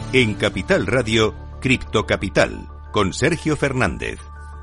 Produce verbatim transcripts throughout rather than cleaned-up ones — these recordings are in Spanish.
En Capital Radio, Cripto Capital, con Sergio Fernández.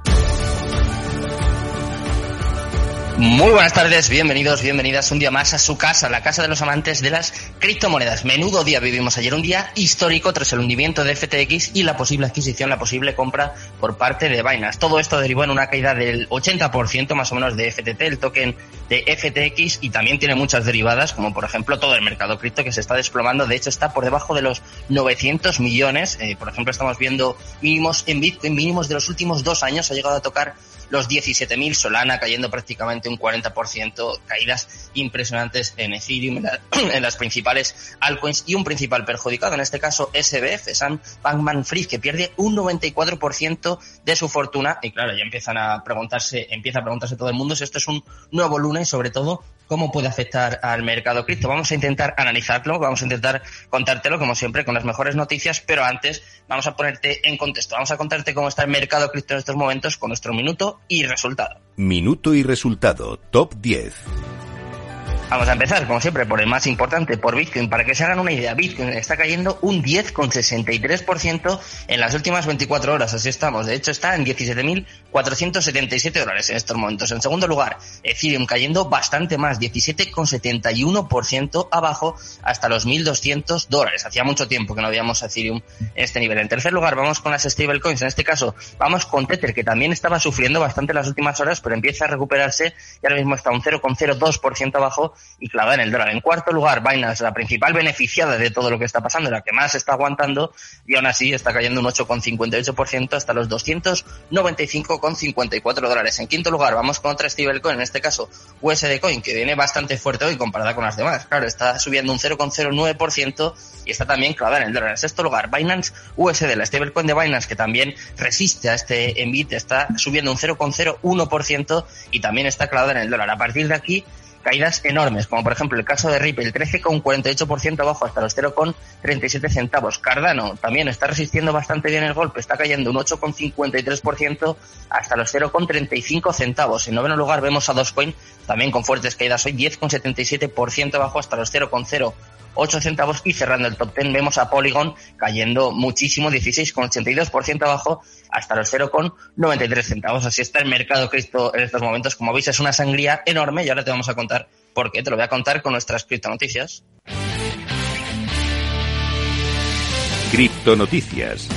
Muy buenas tardes, bienvenidos, bienvenidas un día más a su casa, la casa de los amantes de las criptomonedas. Menudo día vivimos ayer, un día histórico tras el hundimiento de F T X y la posible adquisición, la posible compra por parte de Binance. Todo esto derivó en una caída del ochenta por ciento más o menos de F T T, el token de F T X, y también tiene muchas derivadas, como por ejemplo todo el mercado cripto que se está desplomando. De hecho está por debajo de los novecientos millones, eh, por ejemplo estamos viendo mínimos en Bitcoin, mínimos de los últimos dos años, ha llegado a tocar los diecisiete mil, Solana cayendo prácticamente un cuarenta por ciento, caídas impresionantes en Ethereum, en, la, en las principales altcoins, y un principal perjudicado, en este caso S B F, Sam Bankman-Fried, que pierde un noventa y cuatro por ciento de su fortuna. Y claro, ya empiezan a preguntarse, empieza a preguntarse todo el mundo si esto es un nuevo Luna y sobre todo cómo puede afectar al mercado cripto. Vamos a intentar analizarlo, vamos a intentar contártelo como siempre con las mejores noticias, pero antes vamos a ponerte en contexto, vamos a contarte cómo está el mercado cripto en estos momentos con nuestro minuto y resultado. Minuto y resultado, top diez. Vamos a empezar, como siempre, por el más importante, por Bitcoin. Para que se hagan una idea, Bitcoin está cayendo un diez coma sesenta y tres por ciento en las últimas veinticuatro horas, así estamos. De hecho, está en diecisiete mil cuatrocientos setenta y siete dólares en estos momentos. En segundo lugar, Ethereum cayendo bastante más, diecisiete coma setenta y uno por ciento abajo hasta los mil doscientos dólares. Hacía mucho tiempo que no veíamos a Ethereum en este nivel. En tercer lugar, vamos con las stablecoins. En este caso, vamos con Tether, que también estaba sufriendo bastante en las últimas horas, pero empieza a recuperarse y ahora mismo está un cero coma cero dos por ciento abajo y clavada en el dólar. En cuarto lugar, Binance, la principal beneficiada de todo lo que está pasando, la que más está aguantando, y aún así está cayendo un ocho coma cincuenta y ocho por ciento hasta los doscientos noventa y cinco coma cincuenta y cuatro dólares. En quinto lugar, vamos con otra stablecoin, en este caso U S D Coin, que viene bastante fuerte hoy comparada con las demás. Claro, está subiendo un cero coma cero nueve por ciento y está también clavada en el dólar. En sexto lugar, Binance U S D, la stablecoin de Binance, que también resiste a este envite, está subiendo un cero coma cero uno por ciento y también está clavada en el dólar. A partir de aquí, caídas enormes, como por ejemplo el caso de Ripple, trece coma cuarenta y ocho por ciento abajo hasta los cero coma treinta y siete centavos. Cardano también está resistiendo bastante bien el golpe, está cayendo un ocho coma cincuenta y tres por ciento hasta los cero coma treinta y cinco centavos. En noveno lugar vemos a Dogecoin, también con fuertes caídas hoy, diez coma setenta y siete por ciento abajo hasta los cero coma cero ocho centavos, y cerrando el top diez vemos a Polygon cayendo muchísimo, dieciséis coma ochenta y dos por ciento abajo hasta los cero coma noventa y tres centavos. Así está el mercado cripto en estos momentos. Como veis, es una sangría enorme y ahora te vamos a contar por qué. Te lo voy a contar con nuestras criptonoticias. Criptonoticias.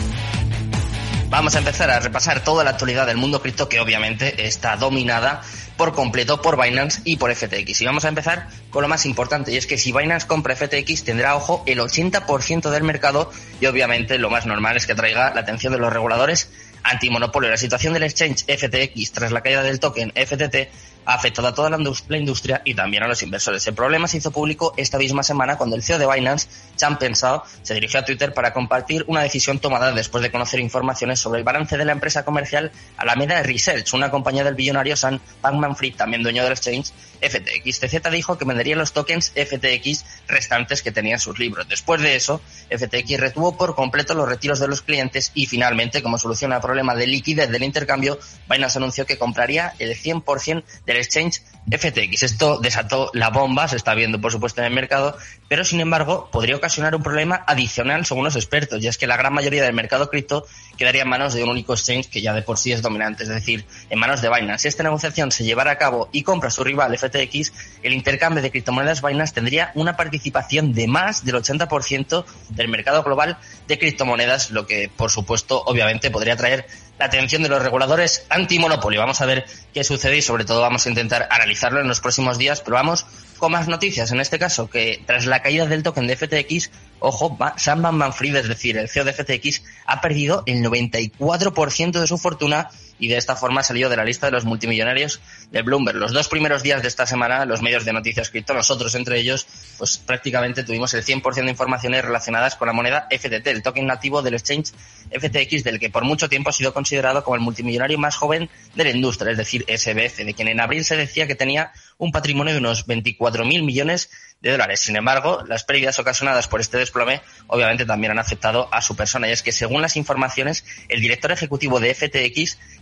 Vamos a empezar a repasar toda la actualidad del mundo cripto, que obviamente está dominada por completo por Binance y por F T X. Y vamos a empezar con lo más importante, y es que si Binance compra F T X tendrá, ojo, el ochenta por ciento del mercado, y obviamente lo más normal es que atraiga la atención de los reguladores antimonopolio. La situación del exchange F T X tras la caída del token F T T ha afectado a toda la industria y también a los inversores. El problema se hizo público esta misma semana cuando el C E O de Binance, Changpeng Zhao, se dirigió a Twitter para compartir una decisión tomada después de conocer informaciones sobre el balance de la empresa comercial Alameda Research, una compañía del billonario Sam Bankman-Fried, también dueño del exchange F T X. T Z dijo que vendería los tokens F T X restantes que tenía en sus libros. Después de eso, F T X retuvo por completo los retiros de los clientes y finalmente, como solución al problema de liquidez del intercambio, Binance anunció que compraría el cien por ciento del exchange F T X. Esto desató la bomba, se está viendo por supuesto en el mercado, pero sin embargo podría ocasionar un problema adicional según los expertos, y es que la gran mayoría del mercado cripto quedaría en manos de un único exchange que ya de por sí es dominante, es decir, en manos de Binance. Si esta negociación se llevara a cabo y compra a su rival F T X, el intercambio de criptomonedas Binance tendría una participación de más del ochenta por ciento del mercado global de criptomonedas, lo que por supuesto obviamente podría traer la atención de los reguladores antimonopolio. Vamos a ver qué sucede y sobre todo vamos a intentar analizarlo en los próximos días, pero vamos con más noticias. En este caso, que tras la caída del token de F T X, ojo, Sam Bankman-Fried, es decir, el C E O de F T X, ha perdido el noventa y cuatro por ciento de su fortuna y de esta forma ha salido de la lista de los multimillonarios de Bloomberg. Los dos primeros días de esta semana, los medios de noticias cripto, nosotros entre ellos, pues prácticamente tuvimos el cien por ciento de informaciones relacionadas con la moneda F T T, el token nativo del exchange F T X, del que por mucho tiempo ha sido considerado como el multimillonario más joven de la industria, es decir, S B F, de quien en abril se decía que tenía un patrimonio de unos veinticuatro mil millones de dólares. Sin embargo, las pérdidas ocasionadas por este desplome obviamente también han afectado a su persona, y es que según las informaciones, el director ejecutivo de F T X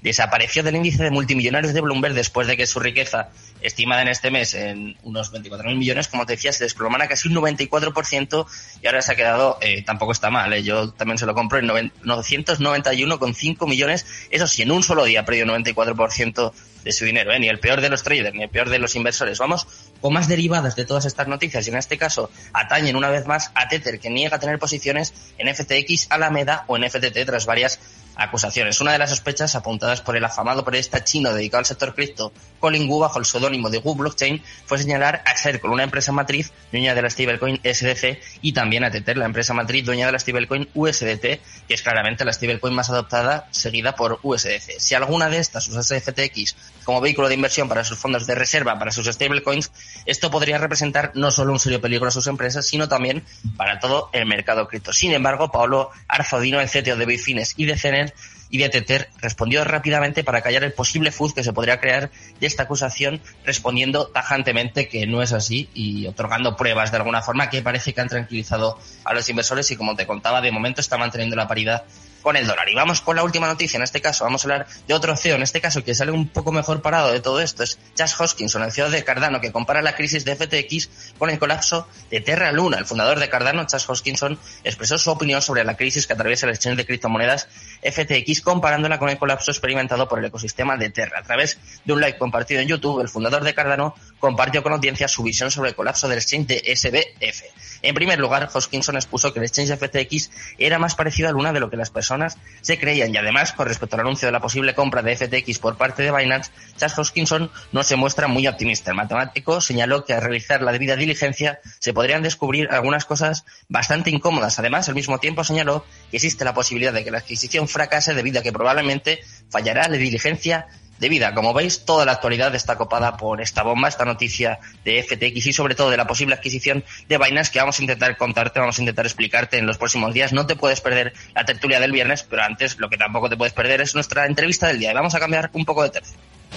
desapareció del índice de multimillonarios de Bloomberg después de que su riqueza, estimada en este mes en unos veinticuatro mil millones, como te decía, se desplomara casi un noventa y cuatro por ciento y ahora se ha quedado, eh, tampoco está mal, eh, yo también se lo compro en novecientos noventa y uno coma cinco millones, eso sí, en un solo día ha perdido noventa y cuatro por ciento de su dinero, ¿eh? Ni el peor de los traders, ni el peor de los inversores. Vamos con más derivadas de todas estas noticias y en este caso atañen una vez más a Tether, que niega tener posiciones en F T X, Alameda o en F T T tras varias acusaciones. Una de las sospechas apuntadas por el afamado periodista chino dedicado al sector cripto, Colin Wu, bajo el seudónimo de Wu Blockchain, fue señalar a Circle, una empresa matriz dueña de la stablecoin S D C, y también a Tether, la empresa matriz dueña de la stablecoin U S D T, que es claramente la stablecoin más adoptada, seguida por U S D C. Si alguna de estas usase F T X como vehículo de inversión para sus fondos de reserva, para sus stablecoins, esto podría representar no solo un serio peligro a sus empresas, sino también para todo el mercado cripto. Sin embargo, Paolo Arzodino, el C T O de Bitfinex y de Cener y de Tether, respondió rápidamente para callar el posible fuzz que se podría crear de esta acusación, respondiendo tajantemente que no es así y otorgando pruebas de alguna forma que parece que han tranquilizado a los inversores y, como te contaba, de momento está manteniendo la paridad con el dólar. Y vamos con la última noticia, en este caso vamos a hablar de otro C E O, en este caso que sale un poco mejor parado de todo esto, es Chas Hoskinson, el C E O de Cardano, que compara la crisis de F T X con el colapso de Terra Luna. El fundador de Cardano, Chas Hoskinson, expresó su opinión sobre la crisis que atraviesa el exchange de criptomonedas F T X, comparándola con el colapso experimentado por el ecosistema de Terra. A través de un live compartido en YouTube, el fundador de Cardano compartió con audiencia su visión sobre el colapso del exchange de S B F. En primer lugar, Hoskinson expuso que el exchange de F T X era más parecido a Luna de lo que las personas se creían, y además, con respecto al anuncio de la posible compra de F T X por parte de Binance, Chas Hoskinson no se muestra muy optimista. El matemático señaló que al realizar la debida diligencia se podrían descubrir algunas cosas bastante incómodas. Además, al mismo tiempo señaló que existe la posibilidad de que la adquisición fracase debido a que probablemente fallará la diligencia debida. Como veis, toda la actualidad está copada por esta bomba, esta noticia de F T X y sobre todo de la posible adquisición de Binance, que vamos a intentar contarte, vamos a intentar explicarte en los próximos días. No te puedes perder la tertulia del viernes, pero antes lo que tampoco te puedes perder es nuestra entrevista del día. Y vamos a cambiar un poco de tercio.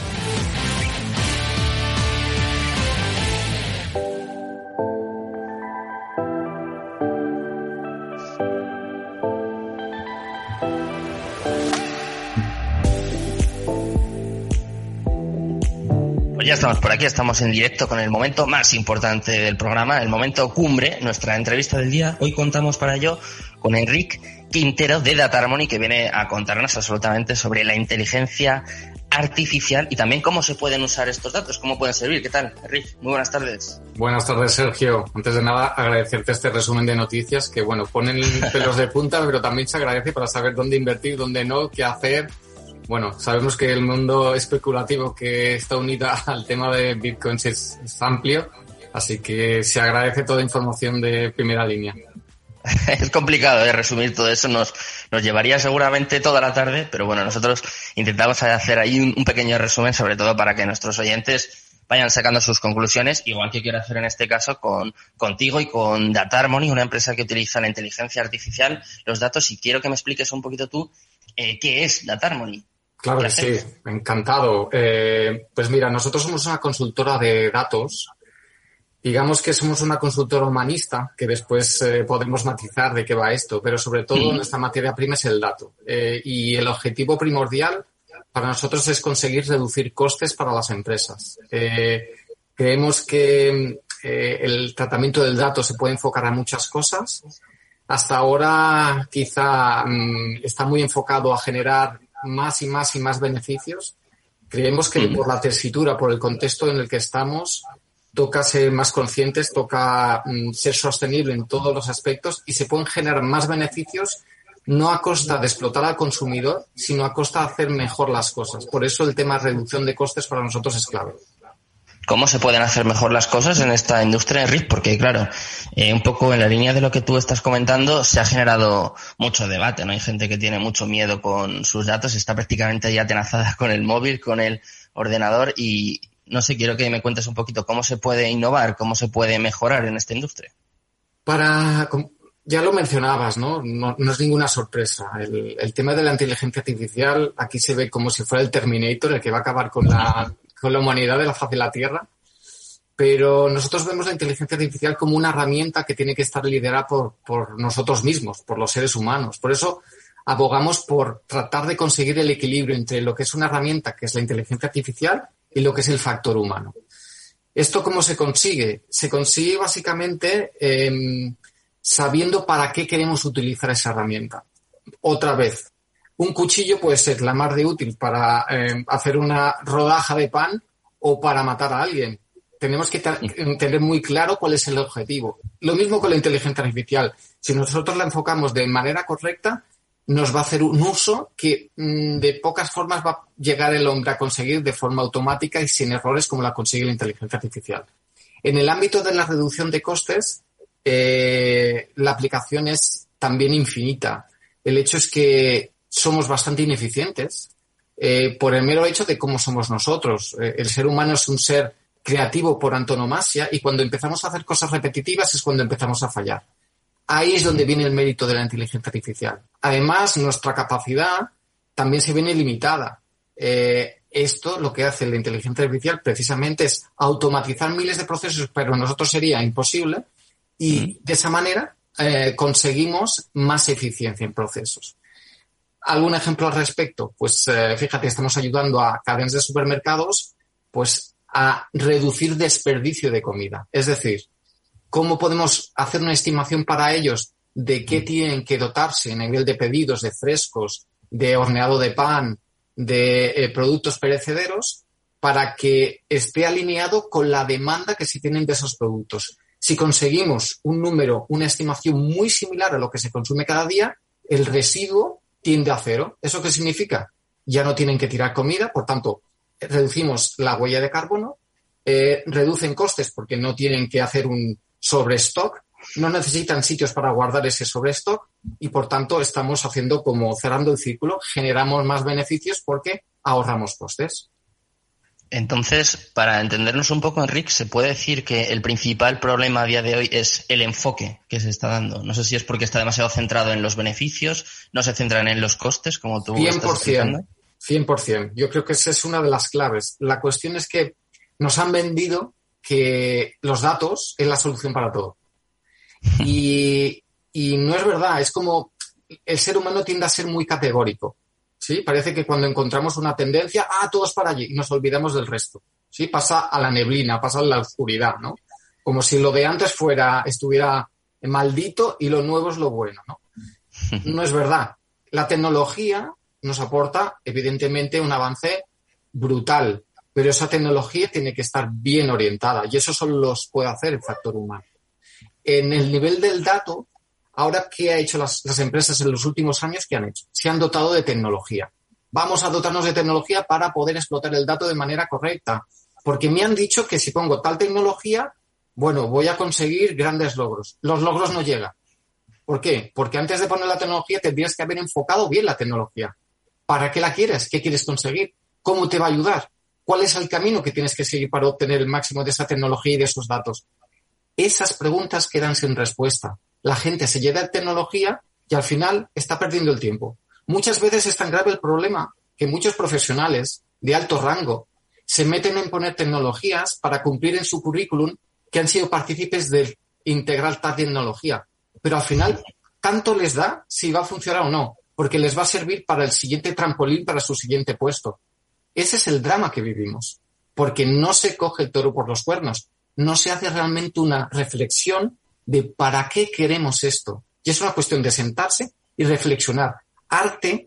Pues ya estamos por aquí, estamos en directo con el momento más importante del programa, el momento cumbre, nuestra entrevista del día. Hoy contamos para ello con Enric Quintero de Data Harmony, que viene a contarnos absolutamente sobre la inteligencia artificial y también cómo se pueden usar estos datos, cómo pueden servir. ¿Qué tal, Enric? Muy buenas tardes. Buenas tardes, Sergio. Antes de nada, agradecerte este resumen de noticias que, bueno, ponen pelos de punta, pero también se agradece para saber dónde invertir, dónde no, qué hacer. Bueno, sabemos que el mundo especulativo que está unido al tema de bitcoins es, es amplio, así que se agradece toda información de primera línea. Es complicado, ¿eh? Resumir todo eso, nos, nos llevaría seguramente toda la tarde, pero bueno, nosotros intentamos hacer ahí un, un pequeño resumen, sobre todo para que nuestros oyentes vayan sacando sus conclusiones, igual que quiero hacer en este caso con contigo y con Data Harmony, una empresa que utiliza la inteligencia artificial, los datos, y quiero que me expliques un poquito tú eh, qué es Data Harmony. Claro que sí, encantado. Eh, pues mira, nosotros somos una consultora de datos. Digamos que somos una consultora humanista, que después eh, podemos matizar de qué va esto, pero sobre todo mm. nuestra materia prima es el dato. Eh, y el objetivo primordial para nosotros es conseguir reducir costes para las empresas. Eh, creemos que eh, el tratamiento del dato se puede enfocar a muchas cosas. Hasta ahora quizá mmm, está muy enfocado a generar más y más y más beneficios. Creemos que mm. por la tesitura, por el contexto en el que estamos, toca ser más conscientes, toca mm, ser sostenible en todos los aspectos y se pueden generar más beneficios no a costa de explotar al consumidor, sino a costa de hacer mejor las cosas. Por eso el tema de reducción de costes para nosotros es clave. ¿Cómo se pueden hacer mejor las cosas en esta industria, Enric? Porque, claro, eh, un poco en la línea de lo que tú estás comentando, se ha generado mucho debate, ¿no? Hay gente que tiene mucho miedo con sus datos, está prácticamente ya atenazada con el móvil, con el ordenador y, no sé, quiero que me cuentes un poquito cómo se puede innovar, cómo se puede mejorar en esta industria. Para... Ya lo mencionabas, ¿no? No, no es ninguna sorpresa. El, el tema de la inteligencia artificial aquí se ve como si fuera el Terminator, el que va a acabar con la... con la humanidad de la faz de la Tierra, pero nosotros vemos la inteligencia artificial como una herramienta que tiene que estar liderada por, por nosotros mismos, por los seres humanos. Por eso abogamos por tratar de conseguir el equilibrio entre lo que es una herramienta, que es la inteligencia artificial, y lo que es el factor humano. ¿Esto cómo se consigue? Se consigue básicamente eh, sabiendo para qué queremos utilizar esa herramienta. Otra vez, un cuchillo puede ser la más de útil para eh, hacer una rodaja de pan o para matar a alguien. Tenemos que t- tener muy claro cuál es el objetivo. Lo mismo con la inteligencia artificial. Si nosotros la enfocamos de manera correcta, nos va a hacer un uso que mmm, de pocas formas va a llegar el hombre a conseguir de forma automática y sin errores como la consigue la inteligencia artificial. En el ámbito de la reducción de costes, eh, la aplicación es también infinita. El hecho es que somos bastante ineficientes eh, por el mero hecho de cómo somos nosotros. Eh, el ser humano es un ser creativo por antonomasia y cuando empezamos a hacer cosas repetitivas es cuando empezamos a fallar. Ahí es donde viene el mérito de la inteligencia artificial. Además, nuestra capacidad también se viene limitada. Eh, esto lo que hace la inteligencia artificial precisamente es automatizar miles de procesos, pero a nosotros sería imposible y de esa manera eh, conseguimos más eficiencia en procesos. ¿Algún ejemplo al respecto? Pues eh, fíjate, estamos ayudando a cadenas de supermercados pues a reducir desperdicio de comida. Es decir, ¿cómo podemos hacer una estimación para ellos de qué tienen que dotarse a nivel de pedidos, de frescos, de horneado de pan, de eh, productos perecederos, para que esté alineado con la demanda que se tienen de esos productos? Si conseguimos un número, una estimación muy similar a lo que se consume cada día, el residuo tiende a cero. ¿Eso qué significa? Ya no tienen que tirar comida, por tanto, reducimos la huella de carbono, eh, reducen costes porque no tienen que hacer un sobrestock, no necesitan sitios para guardar ese sobrestock y, por tanto, estamos haciendo como cerrando el círculo, generamos más beneficios porque ahorramos costes. Entonces, para entendernos un poco, Enric, ¿se puede decir que el principal problema a día de hoy es el enfoque que se está dando? No sé si es porque está demasiado centrado en los beneficios, no se centran en los costes, como tú cien por ciento, estás explicando. cien por ciento. Yo creo que esa es una de las claves. La cuestión es que nos han vendido que los datos es la solución para todo. Y, y no es verdad, es como el ser humano tiende a ser muy categórico, ¿sí? Parece que cuando encontramos una tendencia, ah, todos para allí, y nos olvidamos del resto, ¿sí? Pasa a la neblina, pasa a la oscuridad, ¿no? Como si lo de antes fuera, estuviera maldito y lo nuevo es lo bueno, ¿no? No es verdad. La tecnología nos aporta, evidentemente, un avance brutal, pero esa tecnología tiene que estar bien orientada y eso solo los puede hacer el factor humano. En el nivel del dato, ahora, ¿qué ha hecho las, las empresas en los últimos años? ¿Qué han hecho? Se han dotado de tecnología. Vamos a dotarnos de tecnología para poder explotar el dato de manera correcta. Porque me han dicho que si pongo tal tecnología, bueno, voy a conseguir grandes logros. Los logros no llegan. ¿Por qué? Porque antes de poner la tecnología tendrías que haber enfocado bien la tecnología. ¿Para qué la quieres? ¿Qué quieres conseguir? ¿Cómo te va a ayudar? ¿Cuál es el camino que tienes que seguir para obtener el máximo de esa tecnología y de esos datos? Esas preguntas quedan sin respuesta. La gente se llena de tecnología y al final está perdiendo el tiempo. Muchas veces es tan grave el problema que muchos profesionales de alto rango se meten en poner tecnologías para cumplir en su currículum que han sido partícipes de integrar tal tecnología. Pero al final, tanto les da si va a funcionar o no, porque les va a servir para el siguiente trampolín, para su siguiente puesto. Ese es el drama que vivimos, porque no se coge el toro por los cuernos, no se hace realmente una reflexión de para qué queremos esto. Y es una cuestión de sentarse y reflexionar. Arte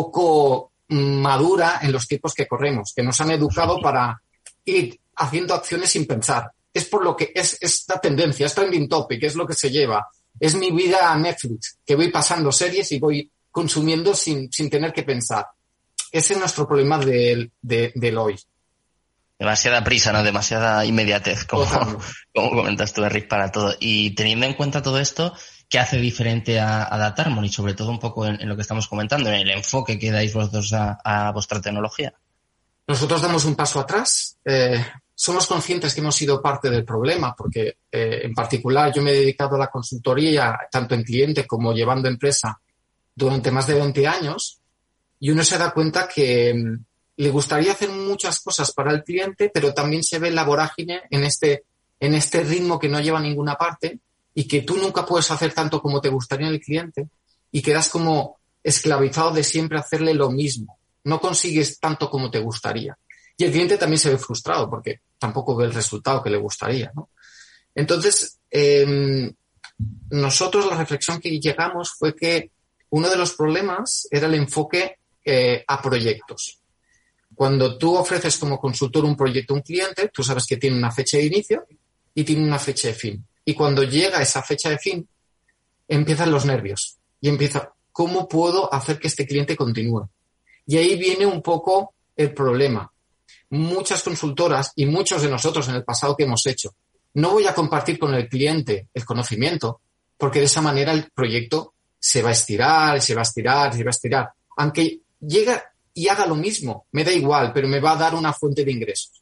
poco madura en los tiempos que corremos, que nos han educado para ir haciendo acciones sin pensar. Es por lo que es esta tendencia, es trending topic, es lo que se lleva. Es mi vida a Netflix, que voy pasando series y voy consumiendo sin, sin tener que pensar. Ese es nuestro problema del, de, del hoy. Demasiada prisa, ¿no? Demasiada inmediatez, como, como comentas tú, Enric, para todo. Y teniendo en cuenta todo esto, ¿qué hace diferente a, a Datarmon? Y sobre todo un poco en, en lo que estamos comentando, en el enfoque que dais vosotros a, a vuestra tecnología. Nosotros damos un paso atrás. Eh, somos conscientes que hemos sido parte del problema, porque eh, en particular yo me he dedicado a la consultoría, tanto en cliente como llevando empresa, durante más de veinte años, y uno se da cuenta que mm, le gustaría hacer muchas cosas para el cliente, pero también se ve la vorágine en este, en este ritmo que no lleva a ninguna parte y que tú nunca puedes hacer tanto como te gustaría el cliente y quedas como esclavizado de siempre hacerle lo mismo. No consigues tanto como te gustaría. Y el cliente también se ve frustrado porque tampoco ve el resultado que le gustaría, ¿no? Entonces, eh, nosotros la reflexión que llegamos fue que uno de los problemas era el enfoque eh, a proyectos. Cuando tú ofreces como consultor un proyecto a un cliente, tú sabes que tiene una fecha de inicio y tiene una fecha de fin. Y cuando llega esa fecha de fin, empiezan los nervios y empieza, ¿cómo puedo hacer que este cliente continúe? Y ahí viene un poco el problema. Muchas consultoras y muchos de nosotros en el pasado que hemos hecho, no voy a compartir con el cliente el conocimiento porque de esa manera el proyecto se va a estirar, se va a estirar, se va a estirar. Aunque llegue y haga lo mismo, me da igual, pero me va a dar una fuente de ingresos.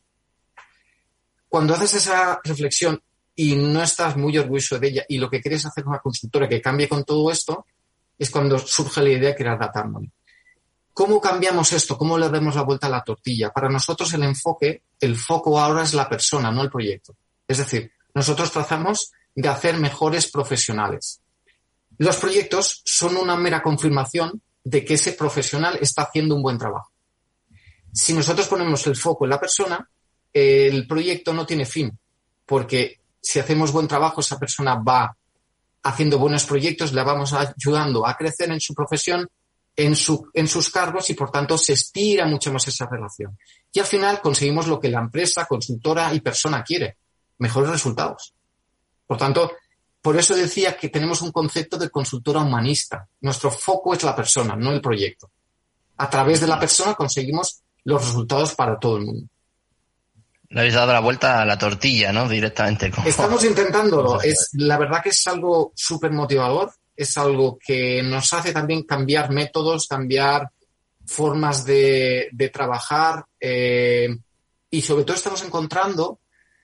Cuando haces esa reflexión y no estás muy orgulloso de ella y lo que quieres hacer una consultora que cambie con todo esto, es cuando surge la idea de crear Data Harmony. ¿Cómo cambiamos esto? ¿Cómo le damos la vuelta a la tortilla? Para nosotros el enfoque, el foco ahora es la persona, no el proyecto. Es decir, nosotros tratamos de hacer mejores profesionales. Los proyectos son una mera confirmación de que ese profesional está haciendo un buen trabajo. Si nosotros ponemos el foco en la persona, el proyecto no tiene fin, porque si hacemos buen trabajo, esa persona va haciendo buenos proyectos, la vamos ayudando a crecer en su profesión, en, su, en sus cargos y, por tanto, se estira mucho más esa relación. Y al final conseguimos lo que la empresa, consultora y persona quiere, mejores resultados. Por tanto, por eso decía que tenemos un concepto de consultora humanista. Nuestro foco es la persona, no el proyecto. A través de la persona conseguimos los resultados para todo el mundo. Le habéis dado la vuelta a la tortilla, ¿no? Directamente. Como... Estamos intentándolo. Es, la verdad que es algo súper motivador. Es algo que nos hace también cambiar métodos, cambiar formas de, de trabajar. Eh, y sobre todo estamos encontrando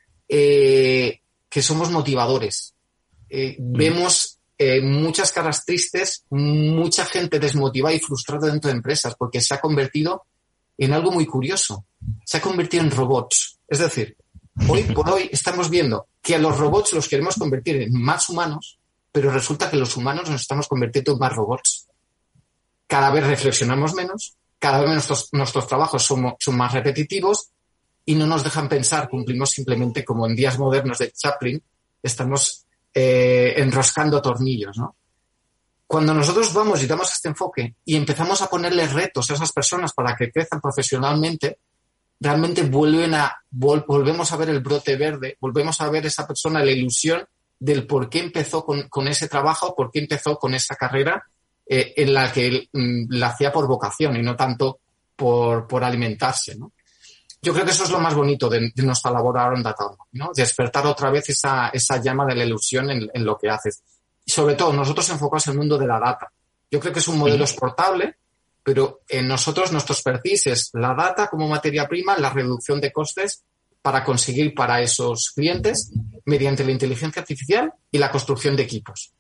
eh, que somos motivadores. Eh, mm. Vemos eh, muchas caras tristes, mucha gente desmotivada y frustrada dentro de empresas porque se ha convertido en algo muy curioso. Se ha convertido en robots. Es decir, hoy por hoy estamos viendo que a los robots los queremos convertir en más humanos, pero resulta que los humanos nos estamos convirtiendo en más robots. Cada vez reflexionamos menos, cada vez nuestros, nuestros trabajos son, son más repetitivos y no nos dejan pensar, cumplimos simplemente como en días modernos de Chaplin, estamos eh, enroscando tornillos, ¿no? Cuando nosotros vamos y damos este enfoque y empezamos a ponerle retos a esas personas para que crezcan profesionalmente, realmente vuelven a, vol, volvemos a ver el brote verde, volvemos a ver esa persona la ilusión del por qué empezó con, con ese trabajo, por qué empezó con esa carrera eh, en la que él mm, la hacía por vocación y no tanto por, por alimentarse, ¿no? Yo creo que eso es lo más bonito de, de nuestra labor ahora en Data Harmony, ¿no? Despertar otra vez esa, esa llama de la ilusión en, en lo que haces. Y sobre todo, nosotros enfocamos en el mundo de la data. Yo creo que es un modelo exportable, pero en nosotros, nuestro expertise es la data como materia prima, la reducción de costes para conseguir para esos clientes mediante la inteligencia artificial y la construcción de equipos.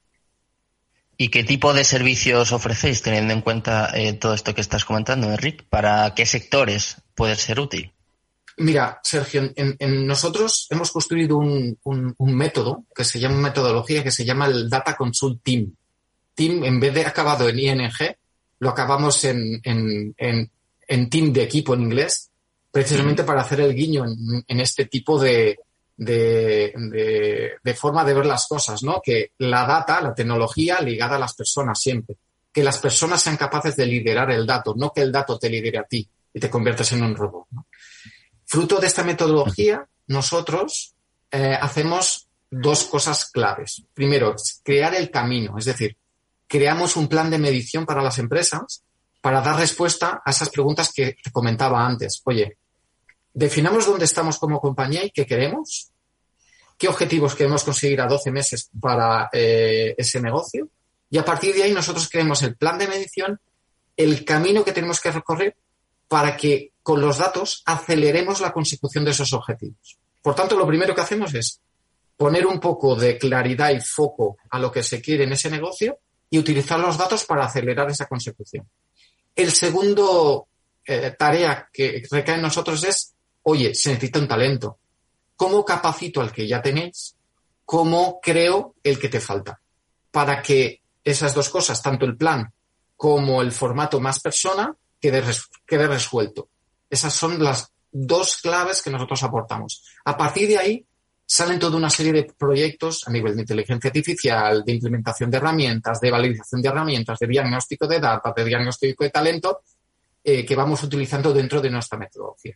¿Y qué tipo de servicios ofrecéis, teniendo en cuenta eh, todo esto que estás comentando, Enric? ¿Para qué sectores puede ser útil? Mira, Sergio, en, en nosotros hemos construido un, un, un método que se llama metodología que se llama el Data Consult Team. Team, en vez de acabado en I N G, lo acabamos en, en, en, en team de equipo en inglés, precisamente para hacer el guiño en, en este tipo de, de, de, de forma de ver las cosas, ¿no? Que la data, la tecnología ligada a las personas siempre. Que las personas sean capaces de liderar el dato, no que el dato te lidere a ti y te conviertas en un robot, ¿no? Fruto de esta metodología, nosotros eh, hacemos dos cosas claves. Primero, crear el camino, es decir, creamos un plan de medición para las empresas para dar respuesta a esas preguntas que te comentaba antes. Oye, definamos dónde estamos como compañía y qué queremos, qué objetivos queremos conseguir a doce meses para eh, ese negocio y a partir de ahí nosotros creemos el plan de medición, el camino que tenemos que recorrer para que con los datos aceleremos la consecución de esos objetivos. Por tanto, lo primero que hacemos es poner un poco de claridad y foco a lo que se quiere en ese negocio y utilizar los datos para acelerar esa consecución. El segundo eh, tarea que recae en nosotros es, oye, se necesita un talento. ¿Cómo capacito al que ya tenéis? ¿Cómo creo el que te falta? Para que esas dos cosas, tanto el plan como el formato más persona quede, res, quede resuelto. Esas son las dos claves que nosotros aportamos. A partir de ahí salen toda una serie de proyectos a nivel de inteligencia artificial, de implementación de herramientas, de validación de herramientas, de diagnóstico de data, de diagnóstico de talento, eh, que vamos utilizando dentro de nuestra metodología.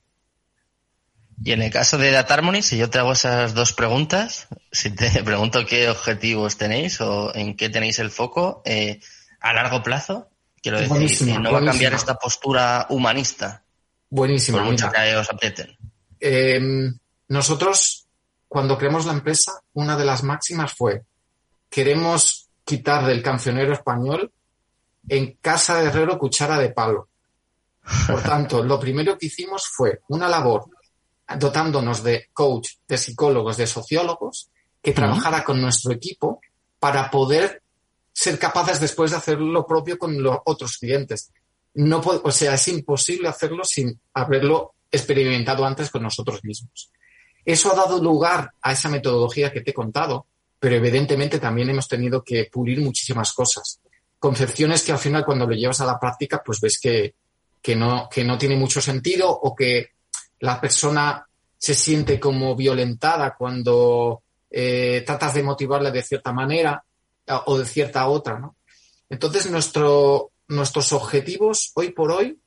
Y en el caso de Data Harmony, si yo te hago esas dos preguntas, si te pregunto qué objetivos tenéis o en qué tenéis el foco, eh, a largo plazo, quiero decir, buenísimo, ¿no buenísimo. va a cambiar esta postura humanista? Buenísimo. Por mucho mira. que os aprieten. Eh, nosotros, cuando creamos la empresa, una de las máximas fue: queremos quitar del cancionero español en casa de herrero cuchara de palo. Por tanto, lo primero que hicimos fue una labor dotándonos de coach, de psicólogos, de sociólogos, que trabajara con nuestro equipo para poder ser capaces después de hacer lo propio con los otros clientes. No, o sea, es imposible hacerlo sin haberlo experimentado antes con nosotros mismos. Eso ha dado lugar a esa metodología que te he contado, pero evidentemente también hemos tenido que pulir muchísimas cosas. Concepciones que al final, cuando lo llevas a la práctica, pues ves que, que, no, que no tiene mucho sentido, o que la persona se siente como violentada cuando eh, tratas de motivarla de cierta manera o de cierta otra, ¿no? Entonces, nuestro, nuestros objetivos hoy por hoy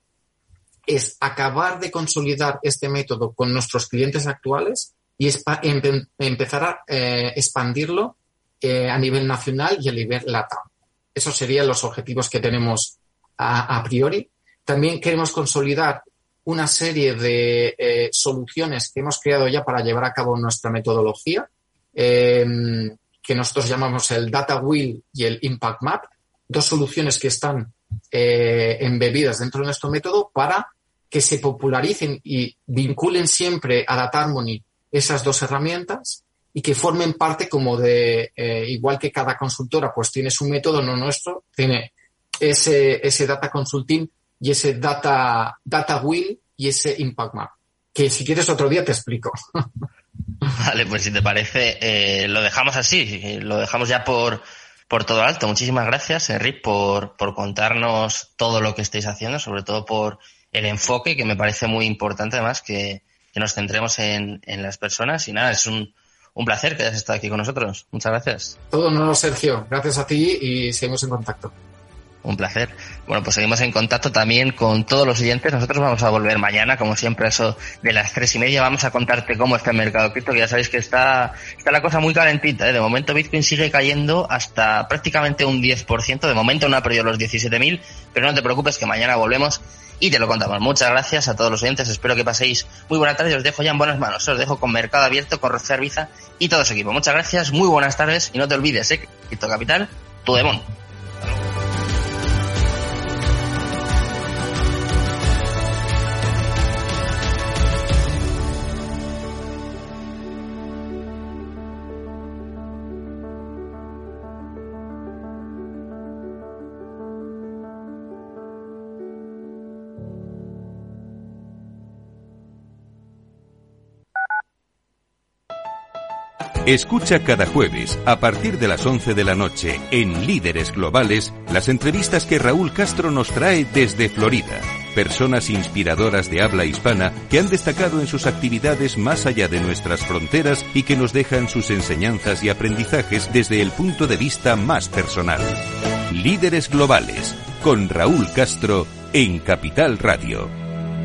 es acabar de consolidar este método con nuestros clientes actuales y espa- em- empezar a eh, expandirlo eh, a nivel nacional y a nivel LATAM. Esos serían los objetivos que tenemos a, a priori. También queremos consolidar una serie de eh, soluciones que hemos creado ya para llevar a cabo nuestra metodología, eh, que nosotros llamamos el Data Wheel y el Impact Map, dos soluciones que están eh, embebidas dentro de nuestro método para que se popularicen y vinculen siempre a Data Harmony esas dos herramientas y que formen parte como de, eh, igual que cada consultora pues tiene su método, no nuestro, tiene ese, ese Data Consulting y ese data, data Wheel y ese Impact Map, que si quieres otro día te explico. Vale, pues si te parece, eh, lo dejamos así, lo dejamos ya por, por todo alto. Muchísimas gracias, Enric, por, por contarnos todo lo que estáis haciendo, sobre todo por el enfoque, que me parece muy importante además que, que nos centremos en, en las personas. Y nada, es un, un placer que hayas estado aquí con nosotros. Muchas gracias. Todo no, Sergio. Gracias a ti y seguimos en contacto. Un placer. Bueno, pues seguimos en contacto también con todos los oyentes. Nosotros vamos a volver mañana, como siempre, a eso de las tres y media. Vamos a contarte cómo está el mercado cripto, que ya sabéis que está, está la cosa muy calentita, ¿eh? De momento Bitcoin sigue cayendo hasta prácticamente un diez por ciento. De momento no ha perdido los diecisiete mil, pero no te preocupes que mañana volvemos y te lo contamos. Muchas gracias a todos los oyentes. Espero que paséis muy buena tarde. Os dejo ya en buenas manos. Os dejo con Mercado Abierto, con Rocío Arbiza y todo su equipo. Muchas gracias, muy buenas tardes y no te olvides, ¿eh? Cripto Capital, tu demon. Escucha cada jueves, a partir de las once de la noche, en Líderes Globales, las entrevistas que Raúl Castro nos trae desde Florida. Personas inspiradoras de habla hispana que han destacado en sus actividades más allá de nuestras fronteras y que nos dejan sus enseñanzas y aprendizajes desde el punto de vista más personal. Líderes Globales, con Raúl Castro, en Capital Radio.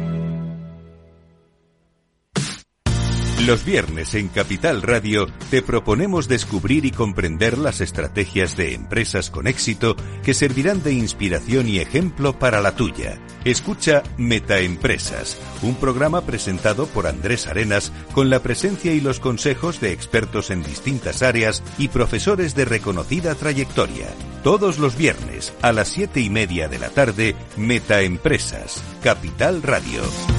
Los viernes en Capital Radio te proponemos descubrir y comprender las estrategias de empresas con éxito que servirán de inspiración y ejemplo para la tuya. Escucha Metaempresas, un programa presentado por Andrés Arenas con la presencia y los consejos de expertos en distintas áreas y profesores de reconocida trayectoria. Todos los viernes a las siete y media de la tarde, Metaempresas, Capital Radio.